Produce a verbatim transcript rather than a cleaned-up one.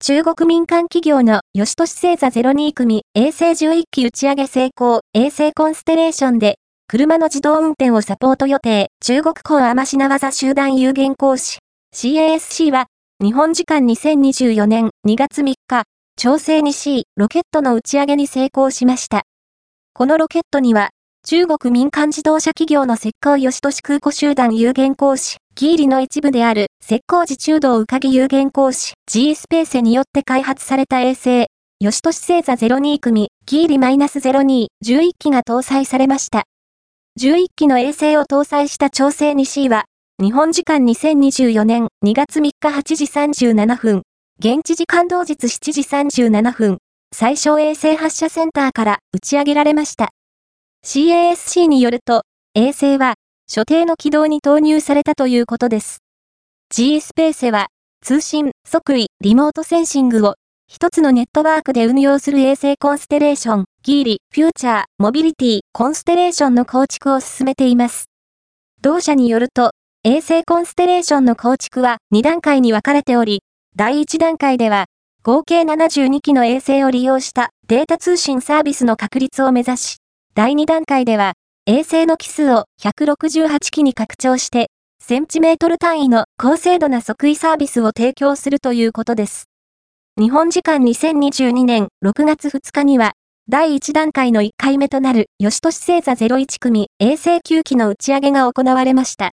中国民間企業のヨシトシ星座ゼロに組衛星じゅういっき打ち上げ成功、衛星コンステレーションで、車の自動運転をサポート予定、中国港天品技集団有限公司 シーエーエスシー は、日本時間にせんにじゅうよねんにがつみっか、長征に シー ロケットの打ち上げに成功しました。このロケットには、中国民間自動車企業の浙江ヨシトシ空母集団有限公司、ギーリの一部である浙江自中道宇影有限公司、G スペースによって開発された衛星、ヨシトシ星座ゼロに組、ギーリ ゼロにじゅういっきが搭載されました。じゅういっきの衛星を搭載した長征に シー は、日本時間にせんにじゅうよねんにがつみっかはちじさんじゅうななふん、現地時間同日しちじさんじゅうななふん、最小衛星発射センターから打ち上げられました。シーエーエスシー によると、衛星は、所定の軌道に投入されたということです。G スペースは、通信、測位、リモートセンシングを、一つのネットワークで運用する衛星コンステレーション、ギーリ、フューチャー、モビリティ、コンステレーションの構築を進めています。同社によると、衛星コンステレーションの構築はにだんかいに分かれており、だいいちだんかいでは、合計ななじゅうにきの衛星を利用したデータ通信サービスの確立を目指し、だいにだんかいでは、衛星の機数をひゃくろくじゅうはちきに拡張して、センチメートル単位の高精度な測位サービスを提供するということです。日本時間にせんにじゅうにねんろくがつふつかには、だいいちだんかいのいっかいめとなるヨシトシ星座ゼロいち組衛星きゅうきの打ち上げが行われました。